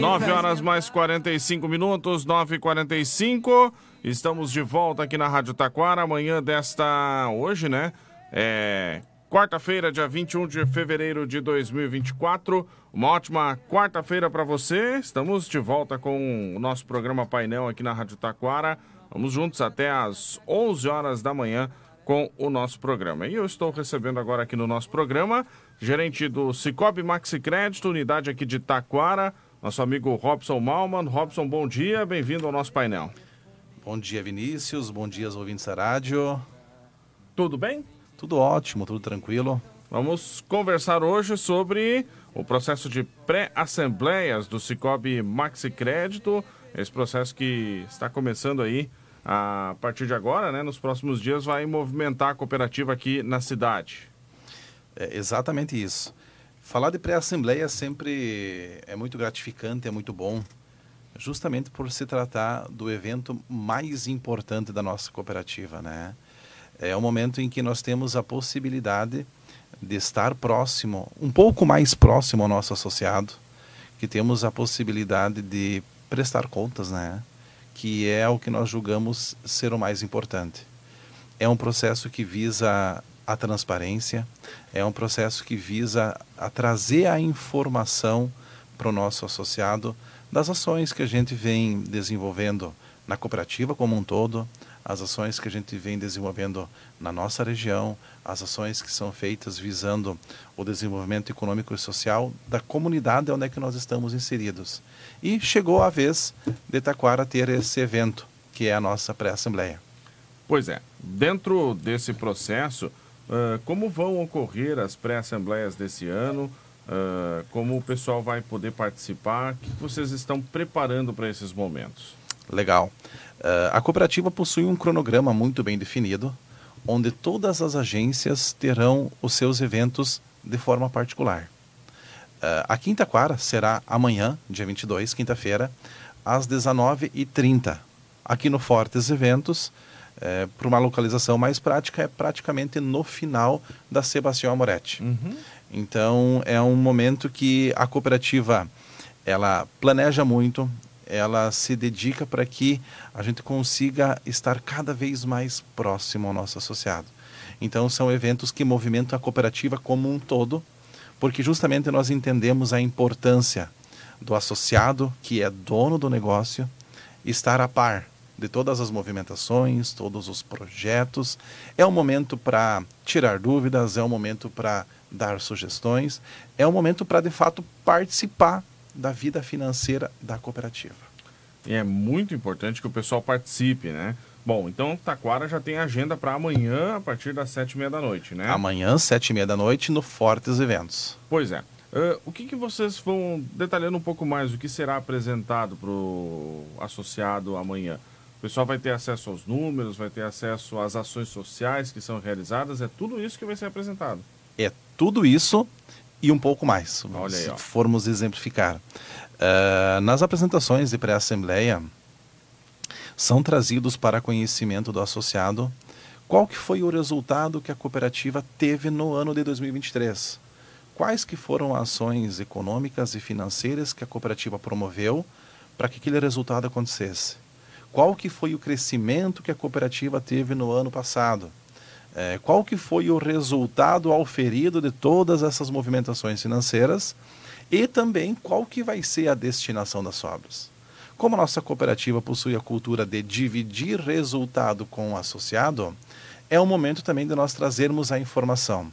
9 horas mais 45 minutos, 9h45. Estamos de volta aqui na Rádio Taquara. Amanhã hoje, né? Quarta-feira, dia 21 de fevereiro de 2024. Uma ótima quarta-feira para você. Estamos de volta com o nosso programa Painel aqui na Rádio Taquara. Vamos juntos até às 11 horas da manhã com o nosso programa. E eu estou recebendo agora aqui no nosso programa, gerente do Cicobi Maxi Crédito, unidade aqui de Taquara, nosso amigo Robson Malman. Robson, bom dia, bem-vindo ao nosso painel. Bom dia, Vinícius, bom dia aos ouvintes da rádio. Tudo bem? Tudo ótimo, tudo tranquilo. Vamos conversar hoje sobre o processo de pré-assembleias do Cicobi Maxi Crédito, esse processo que está começando aí a partir de agora, né? Nos próximos dias vai movimentar a cooperativa aqui na cidade. É exatamente isso. Falar de pré-assembleia sempre é muito gratificante, é muito bom, justamente por se tratar do evento mais importante da nossa cooperativa, né? É o momento em que nós temos a possibilidade de estar próximo, um pouco mais próximo ao nosso associado, que temos a possibilidade de prestar contas, né? Que é o que nós julgamos ser o mais importante. É um processo que visa a transparência, é um processo que visa a trazer a informação para o nosso associado das ações que a gente vem desenvolvendo na cooperativa como um todo, as ações que a gente vem desenvolvendo na nossa região, as ações que são feitas visando o desenvolvimento econômico e social da comunidade onde é que nós estamos inseridos. E chegou a vez de Taquara ter esse evento, que é a nossa pré-assembleia. Pois é, dentro desse processo, como vão ocorrer as pré-assembleias desse ano? Como o pessoal vai poder participar? O que vocês estão preparando para esses momentos? Legal. A cooperativa possui um cronograma muito bem definido, onde todas as agências terão os seus eventos de forma particular. Aqui em Taquara será amanhã, dia 22, quinta-feira, às 19h30. Aqui no Fortes Eventos, para uma localização mais prática, é praticamente no final da Sebastião Amoretti. Uhum. Então, é um momento que a cooperativa ela planeja muito, ela se dedica para que a gente consiga estar cada vez mais próximo ao nosso associado. Então, são eventos que movimentam a cooperativa como um todo, porque justamente nós entendemos a importância do associado, que é dono do negócio, estar a par de todas as movimentações, todos os projetos. É um momento para tirar dúvidas, é um momento para dar sugestões, é um momento para, de fato, participar da vida financeira da cooperativa. E é muito importante que o pessoal participe, né? Bom, então Taquara já tem agenda para amanhã, a partir das 7h30 da noite, né? Amanhã, 7h30 da noite, no Fortes Eventos. Pois é. O que vocês vão detalhando um pouco mais, o que será apresentado para o associado amanhã? O pessoal vai ter acesso aos números, vai ter acesso às ações sociais que são realizadas, é tudo isso que vai ser apresentado? É tudo isso e um pouco mais, Olha aí, se formos exemplificar. Nas apresentações de pré-assembleia, são trazidos para conhecimento do associado qual que foi o resultado que a cooperativa teve no ano de 2023. Quais que foram as ações econômicas e financeiras que a cooperativa promoveu para que aquele resultado acontecesse. Qual que foi o crescimento que a cooperativa teve no ano passado. Qual que foi o resultado auferido de todas essas movimentações financeiras e também qual que vai ser a destinação das sobras. Como a nossa cooperativa possui a cultura de dividir resultado com o associado, é o momento também de nós trazermos a informação.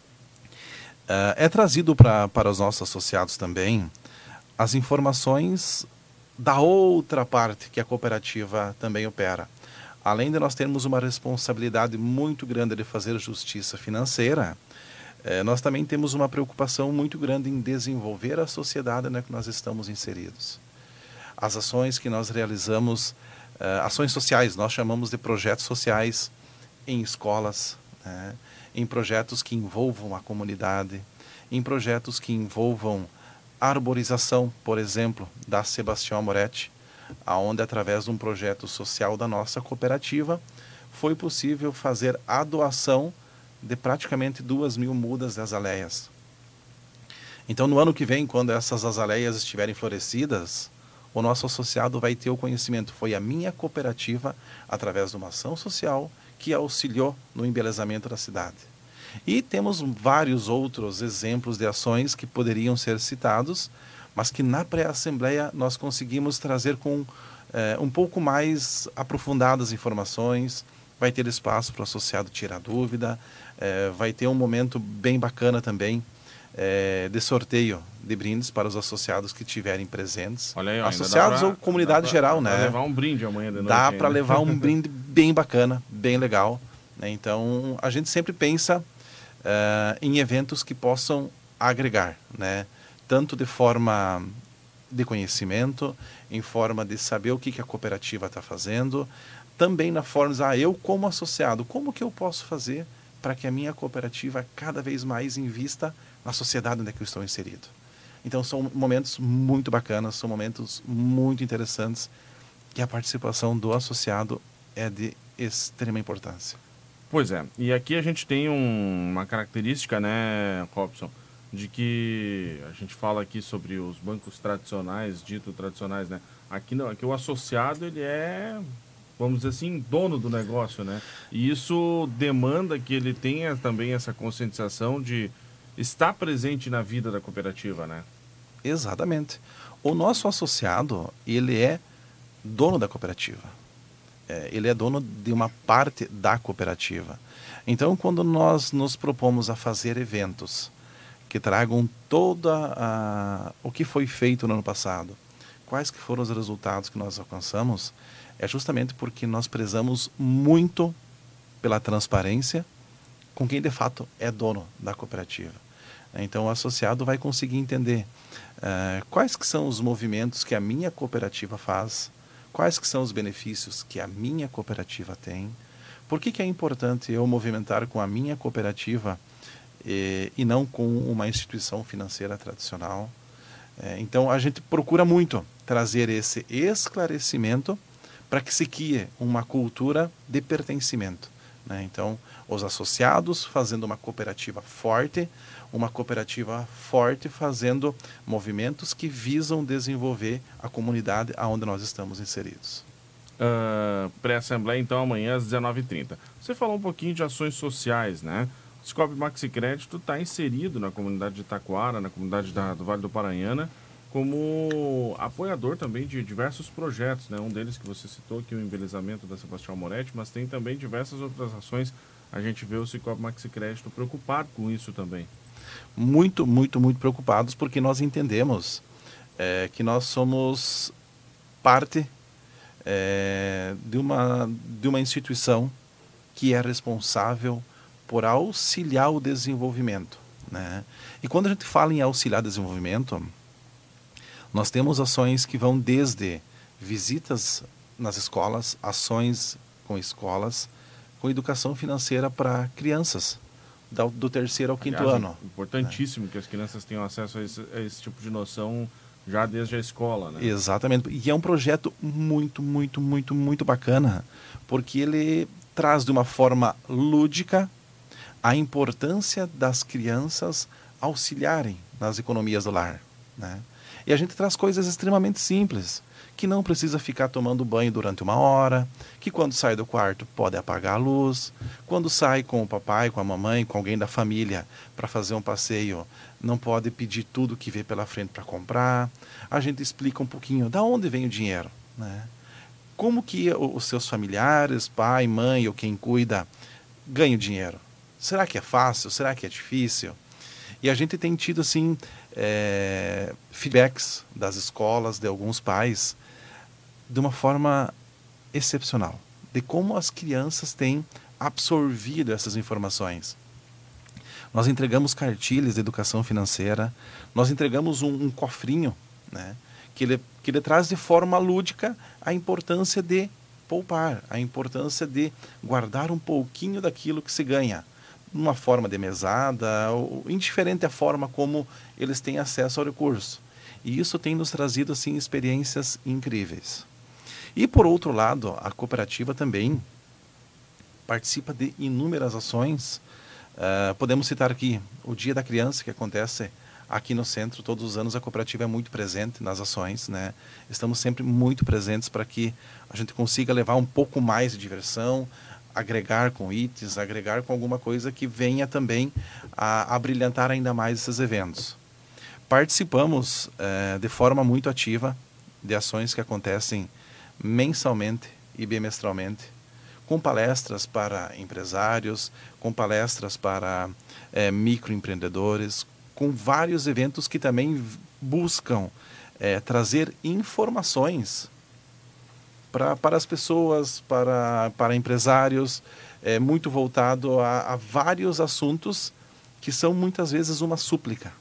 É trazido para os nossos associados também as informações da outra parte que a cooperativa também opera. Além de nós termos uma responsabilidade muito grande de fazer justiça financeira, nós também temos uma preocupação muito grande em desenvolver a sociedade na que nós estamos inseridos. As ações que nós realizamos, ações sociais, nós chamamos de projetos sociais em escolas, né? Em projetos que envolvam a comunidade, em projetos que envolvam a arborização, por exemplo, da Sebastião Amoretti, onde através de um projeto social da nossa cooperativa foi possível fazer a doação de praticamente 2.000 mudas de azaleias. Então, no ano que vem, quando essas azaleias estiverem florescidas, o nosso associado vai ter o conhecimento. Foi a minha cooperativa, através de uma ação social, que auxiliou no embelezamento da cidade. E temos vários outros exemplos de ações que poderiam ser citados, mas que na pré-assembleia nós conseguimos trazer com um pouco mais aprofundadas informações. Vai ter espaço para o associado tirar dúvida, vai ter um momento bem bacana também de sorteio de brindes para os associados que estiverem presentes. Olha aí, ó, associados ou comunidade geral, né? Dá para levar um brinde amanhã de noite. Dá para levar um brinde bem bacana, bem legal, né? Então, a gente sempre pensa em eventos que possam agregar, né? Tanto de forma de conhecimento, em forma de saber o que a cooperativa está fazendo, também na forma de, eu como associado, como que eu posso fazer para que a minha cooperativa cada vez mais invista na sociedade onde é que eu estou inserido. Então são momentos muito bacanas, são momentos muito interessantes e a participação do associado é de extrema importância. Pois é, e aqui a gente tem uma característica, né, Robson, de que a gente fala aqui sobre os bancos tradicionais, dito tradicionais, né? Aqui não, aqui o associado ele é, vamos dizer assim, dono do negócio, né? E isso demanda que ele tenha também essa conscientização de estar presente na vida da cooperativa, né? Exatamente. O nosso associado, ele é dono da cooperativa. Ele é dono de uma parte da cooperativa. Então, quando nós nos propomos a fazer eventos que tragam o que foi feito no ano passado, quais que foram os resultados que nós alcançamos, é justamente porque nós prezamos muito pela transparência com quem de fato é dono da cooperativa. Então o associado vai conseguir entender quais que são os movimentos que a minha cooperativa faz, quais que são os benefícios que a minha cooperativa tem, por que é importante eu movimentar com a minha cooperativa e não com uma instituição financeira tradicional. Então a gente procura muito trazer esse esclarecimento para que se crie uma cultura de pertencimento, né? Então os associados fazendo uma cooperativa forte fazendo movimentos que visam desenvolver a comunidade onde nós estamos inseridos. Pré-assembleia então amanhã às 19h30. Você falou um pouquinho de ações sociais, né? O Cicobi Maxi Crédito está inserido na comunidade de Taquara, na comunidade do Vale do Paranhana, como apoiador também de diversos projetos, né? Um deles que você citou, que é o embelezamento da Sebastião Moretti, mas tem também diversas outras ações. A gente vê o Cicobi Maxi Crédito preocupado com isso também. Muito, muito, muito preocupados, porque nós entendemos que nós somos parte de uma instituição que é responsável por auxiliar o desenvolvimento, né? E quando a gente fala em auxiliar o desenvolvimento, nós temos ações que vão desde visitas nas escolas, ações com escolas, com educação financeira para crianças, do terceiro ao quinto ano. Importantíssimo, né? Que as crianças tenham acesso a esse tipo de noção já desde a escola, né? Exatamente. E é um projeto muito, muito, muito, muito bacana, porque ele traz de uma forma lúdica a importância das crianças auxiliarem nas economias do lar, né? E a gente traz coisas extremamente simples, que não precisa ficar tomando banho durante 1 hora, que quando sai do quarto pode apagar a luz, quando sai com o papai, com a mamãe, com alguém da família para fazer um passeio, não pode pedir tudo que vê pela frente para comprar. A gente explica um pouquinho de onde vem o dinheiro, né? Como que os seus familiares, pai, mãe ou quem cuida, ganham dinheiro. Será que é fácil? Será que é difícil? E a gente tem tido, assim, feedbacks das escolas, de alguns pais, de uma forma excepcional, de como as crianças têm absorvido essas informações. Nós entregamos cartilhas de educação financeira, nós entregamos um cofrinho, né, que ele traz de forma lúdica a importância de poupar, a importância de guardar um pouquinho daquilo que se ganha, uma forma de mesada, ou indiferente a forma como eles têm acesso ao recurso. E isso tem nos trazido, assim, experiências incríveis. E, por outro lado, a cooperativa também participa de inúmeras ações. Podemos citar aqui o Dia da Criança, que acontece Aqui no centro, todos os anos, a cooperativa é muito presente nas ações, né? Estamos sempre muito presentes para que a gente consiga levar um pouco mais de diversão, agregar com itens, agregar com alguma coisa que venha também a brilhantar ainda mais esses eventos. Participamos de forma muito ativa de ações que acontecem mensalmente e bimestralmente, com palestras para empresários, com palestras para microempreendedores, com vários eventos que também buscam trazer informações para as pessoas, para empresários, muito voltado a vários assuntos que são muitas vezes uma súplica.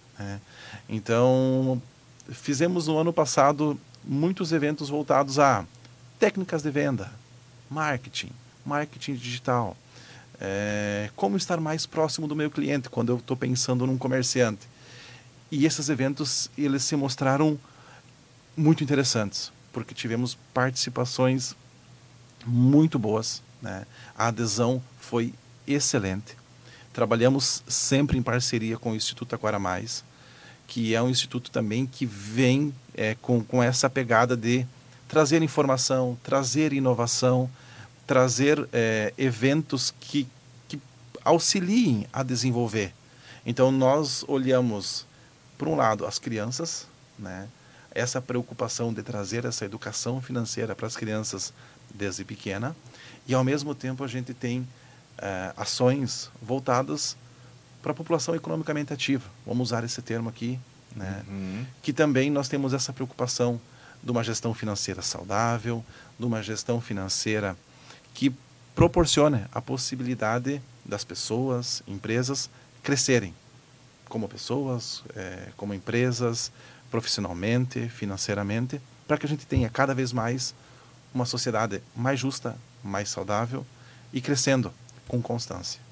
Então, fizemos no ano passado muitos eventos voltados a técnicas de venda, marketing digital, como estar mais próximo do meu cliente quando eu estou pensando num comerciante. E esses eventos, eles se mostraram muito interessantes, porque tivemos participações muito boas, né? A adesão foi excelente. Trabalhamos sempre em parceria com o Instituto Taquara Mais, que é um instituto também que vem com essa pegada de trazer informação, trazer inovação, trazer eventos que auxiliem a desenvolver. Então, nós olhamos, por um lado, as crianças, né? Essa preocupação de trazer essa educação financeira para as crianças desde pequena, e, ao mesmo tempo, a gente tem ações voltadas para a população economicamente ativa. Vamos usar esse termo aqui, né? Que também nós temos essa preocupação de uma gestão financeira saudável, de uma gestão financeira que proporcione a possibilidade das pessoas, empresas, crescerem como pessoas, como empresas, profissionalmente, financeiramente, para que a gente tenha cada vez mais uma sociedade mais justa, mais saudável e crescendo com constância.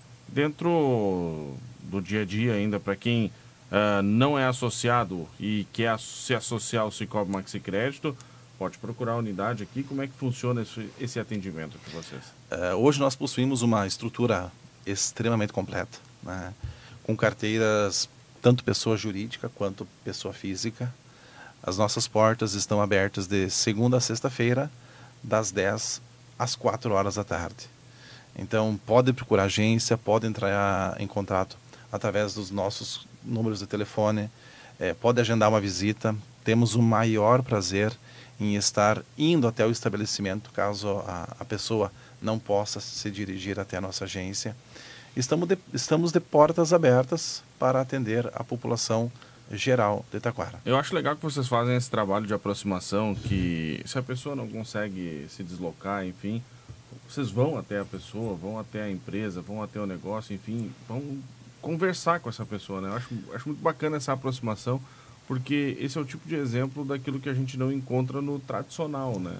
Dentro do dia a dia ainda, para quem não é associado e quer se associar ao Cicobi Maxi Crédito, pode procurar a unidade aqui. Como é que funciona esse atendimento de vocês? Hoje nós possuímos uma estrutura extremamente completa, né? Com carteiras tanto pessoa jurídica quanto pessoa física. As nossas portas estão abertas de segunda a sexta-feira, das 10 às 4 horas da tarde. Então, pode procurar a agência, pode entrar em contato através dos nossos números de telefone, pode agendar uma visita. Temos o maior prazer em estar indo até o estabelecimento, caso a pessoa não possa se dirigir até a nossa agência. Estamos de portas abertas para atender a população geral de Taquara. Eu acho legal que vocês fazem esse trabalho de aproximação, que se a pessoa não consegue se deslocar, enfim, vocês vão até a pessoa, vão até a empresa, vão até o negócio, enfim, vão conversar com essa pessoa, né? Eu acho muito bacana essa aproximação, porque esse é o tipo de exemplo daquilo que a gente não encontra no tradicional, né?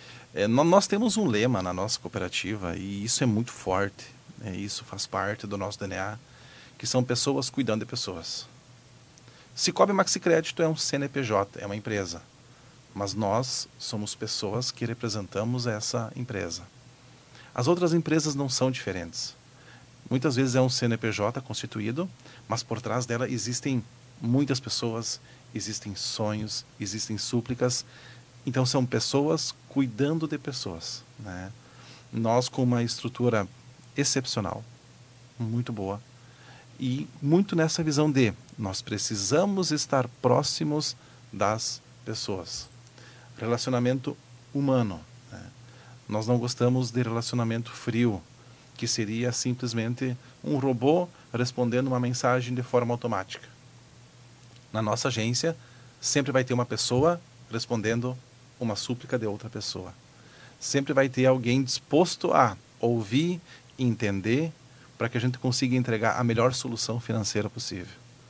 Nós temos um lema na nossa cooperativa e isso é muito forte. Isso faz parte do nosso DNA, que são pessoas cuidando de pessoas. Cicobi Maxi Crédito é um CNPJ, é uma empresa, mas nós somos pessoas que representamos essa empresa. As outras empresas não são diferentes. Muitas vezes é um CNPJ constituído, mas por trás dela existem muitas pessoas, existem sonhos, existem súplicas. Então são pessoas cuidando de pessoas, né? Nós, com uma estrutura excepcional, muito boa, e muito nessa visão de nós precisamos estar próximos das pessoas. Relacionamento humano, né? Nós não gostamos de relacionamento frio, que seria simplesmente um robô respondendo uma mensagem de forma automática. Na nossa agência, sempre vai ter uma pessoa respondendo uma súplica de outra pessoa. Sempre vai ter alguém disposto a ouvir, entender, para que a gente consiga entregar a melhor solução financeira possível.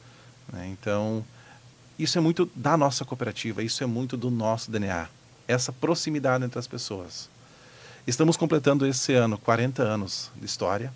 Então, isso é muito da nossa cooperativa, isso é muito do nosso DNA, essa proximidade entre as pessoas. Estamos completando esse ano 40 anos de história,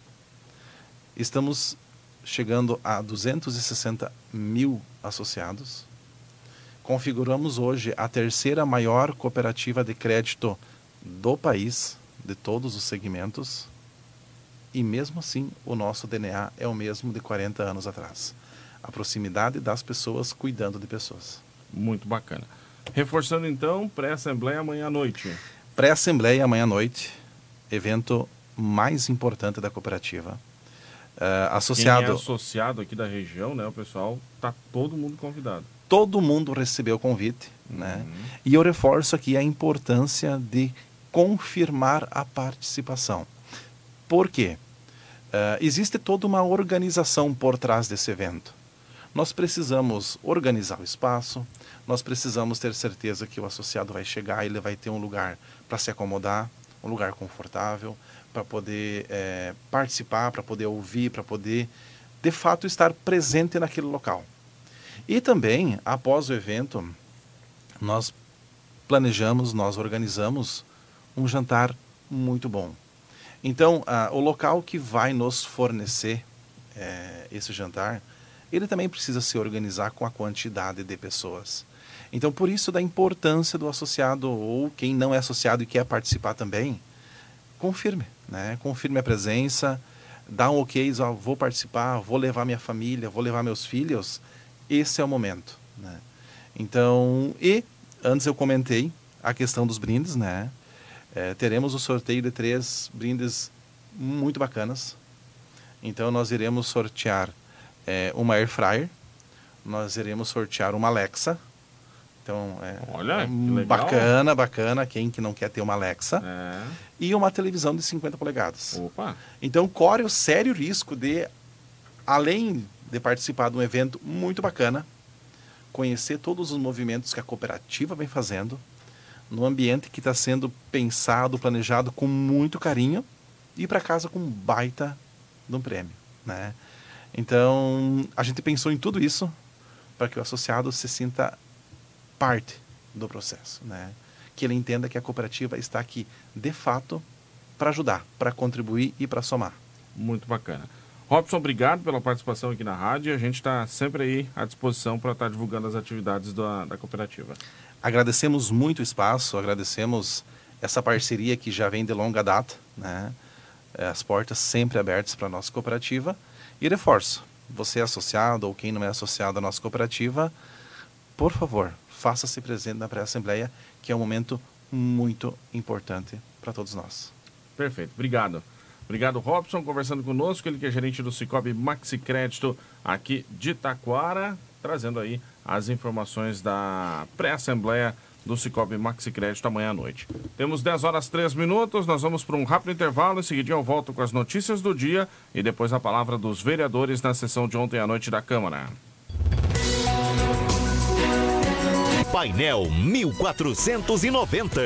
estamos chegando a 260 mil associados, configuramos hoje a terceira maior cooperativa de crédito do país, de todos os segmentos, e mesmo assim o nosso DNA é o mesmo de 40 anos atrás. A a proximidade das pessoas cuidando de pessoas. Muito bacana. Reforçando então, pré-assembleia amanhã à noite. Pré-assembleia amanhã à noite, evento mais importante da cooperativa. Associado... Quem é associado aqui da região, né, o pessoal, tá todo mundo convidado. Todo mundo recebeu o convite, né? E eu reforço aqui a importância de confirmar a participação. Por quê? Existe toda uma organização por trás desse evento. Nós precisamos organizar o espaço, nós precisamos ter certeza que o associado vai chegar e ele vai ter um lugar para se acomodar, um lugar confortável, para poder participar, para poder ouvir, para poder, de fato, estar presente naquele local. E também, após o evento, nós planejamos, nós organizamos um jantar muito bom. Então, o local que vai nos fornecer esse jantar, ele também precisa se organizar com a quantidade de pessoas. Então, por isso da importância do associado, ou quem não é associado e quer participar também, confirme, né? Confirme a presença, dá um ok, vou participar, vou levar minha família, vou levar meus filhos. Esse é o momento, né? Então, e antes eu comentei a questão dos brindes, né? Teremos o sorteio de 3 brindes muito bacanas. Então, nós iremos sortear uma Air Fryer, nós iremos sortear uma Alexa. Então, olha, bacana, quem que não quer ter uma Alexa. E uma televisão de 50 polegadas. Opa. Então, corre o sério risco de, além de participar de um evento muito bacana, conhecer todos os movimentos que a cooperativa vem fazendo, num ambiente que está sendo pensado, planejado com muito carinho, e ir para casa com um baita de um prêmio, né? Então, a gente pensou em tudo isso para que o associado se sinta parte do processo, né? Que ele entenda que a cooperativa está aqui, de fato, para ajudar, para contribuir e para somar. Muito bacana. Robson, obrigado pela participação aqui na rádio. A gente está sempre aí à disposição para estar divulgando as atividades da cooperativa. Agradecemos muito o espaço, agradecemos essa parceria que já vem de longa data, né? As portas sempre abertas para a nossa cooperativa. E reforço, você é associado ou quem não é associado à nossa cooperativa, por favor, faça-se presente na pré-assembleia, que é um momento muito importante para todos nós. Perfeito, obrigado. Obrigado, Robson, conversando conosco, ele que é gerente do Sicoob Maxi Crédito aqui de Taquara, trazendo aí as informações da pré-assembleia do Sicoob Maxi Crédito amanhã à noite. Temos 10h03, nós vamos para um rápido intervalo, em seguida eu volto com as notícias do dia e depois a palavra dos vereadores na sessão de ontem à noite da Câmara. Painel 1490.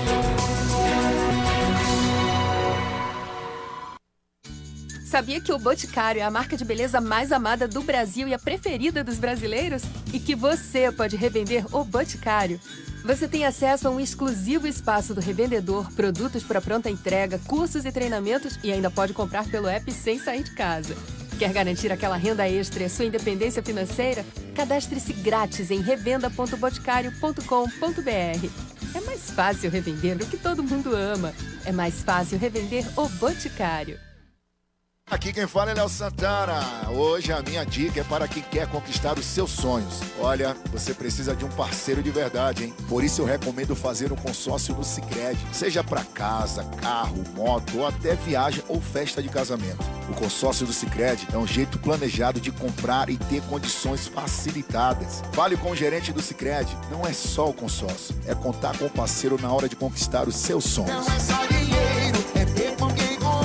Sabia que o Boticário é a marca de beleza mais amada do Brasil e a preferida dos brasileiros? E que você pode revender o Boticário? Você tem acesso a um exclusivo espaço do revendedor, produtos para pronta entrega, cursos e treinamentos e ainda pode comprar pelo app sem sair de casa. Quer garantir aquela renda extra e a sua independência financeira? Cadastre-se grátis em revenda.boticário.com.br. É mais fácil revender o que todo mundo ama. É mais fácil revender o Boticário. Aqui quem fala é Léo Santana. Hoje a minha dica é para quem quer conquistar os seus sonhos. Olha, você precisa de um parceiro de verdade, hein? Por isso eu recomendo fazer um consórcio no Sicredi. Seja para casa, carro, moto ou até viagem ou festa de casamento. O consórcio do Sicredi é um jeito planejado de comprar e ter condições facilitadas. Fale com o gerente do Sicredi. Não é só o consórcio, é contar com o parceiro na hora de conquistar os seus sonhos. Não é só dinheiro, é ter com quem contar.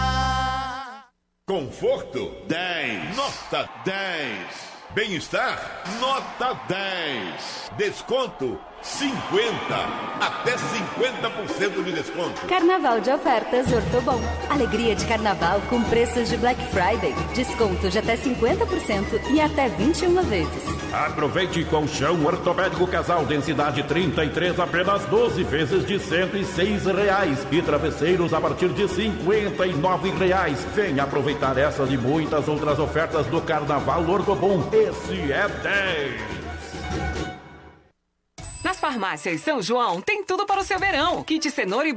Conforto, 10. Nota 10. Bem-estar, nota 10. Desconto, 50. Até 50% de desconto. Carnaval de ofertas Ortobon. Alegria de carnaval com preços de Black Friday. Desconto de até 50% e até 21 vezes. Aproveite colchão ortopédico casal densidade 33, apenas 12 vezes de R$106. E travesseiros a partir de R$59. Venha aproveitar essas e muitas outras ofertas do Carnaval Ortobon. Esse é 10. Nas farmácias São João tem tudo para o seu verão. Kit cenoura e